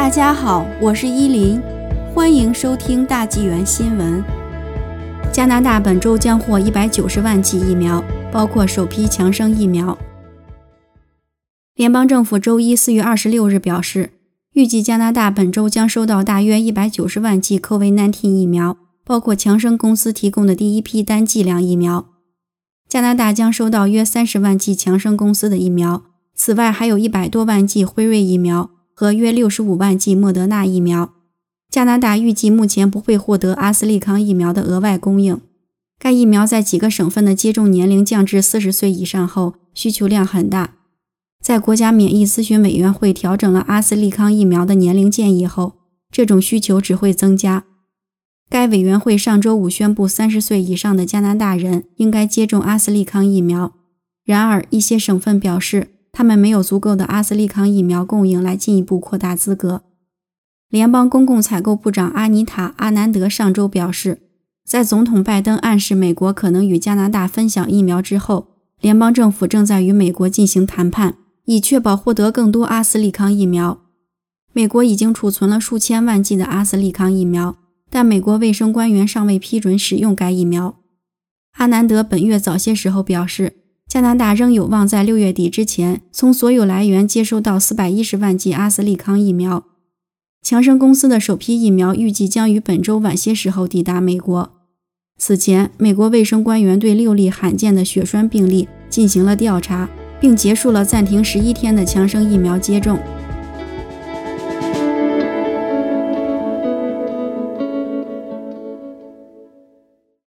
大家好，我是依林，欢迎收听大纪元新闻。加拿大本周将获190万剂疫苗，包括首批强生疫苗。联邦政府周一4月26日表示，预计加拿大本周将收到大约190万剂 COVID-19 疫苗，包括强生公司提供的第一批单剂量疫苗。加拿大将收到约30万剂强生公司的疫苗，此外还有100多万剂辉瑞疫苗和约65万剂莫德纳疫苗。加拿大预计目前不会获得阿斯利康疫苗的额外供应。该疫苗在几个省份的接种年龄降至40岁以上后，需求量很大。在国家免疫咨询委员会调整了阿斯利康疫苗的年龄建议后，这种需求只会增加。该委员会上周五宣布，30岁以上的加拿大人应该接种阿斯利康疫苗。然而，一些省份表示，他们没有足够的阿斯利康疫苗供应来进一步扩大资格。联邦公共采购部长阿妮塔·阿南德上周表示，在总统拜登暗示美国可能与加拿大分享疫苗之后，联邦政府正在与美国进行谈判，以确保获得更多阿斯利康疫苗。美国已经储存了数千万剂的阿斯利康疫苗，但美国卫生官员尚未批准使用该疫苗。阿南德本月早些时候表示，加拿大仍有望在6月底之前从所有来源接收到410万剂阿斯利康疫苗。强生公司的首批疫苗预计将于本周晚些时候抵达美国。此前，美国卫生官员对6例罕见的血栓病例进行了调查，并结束了暂停11天的强生疫苗接种。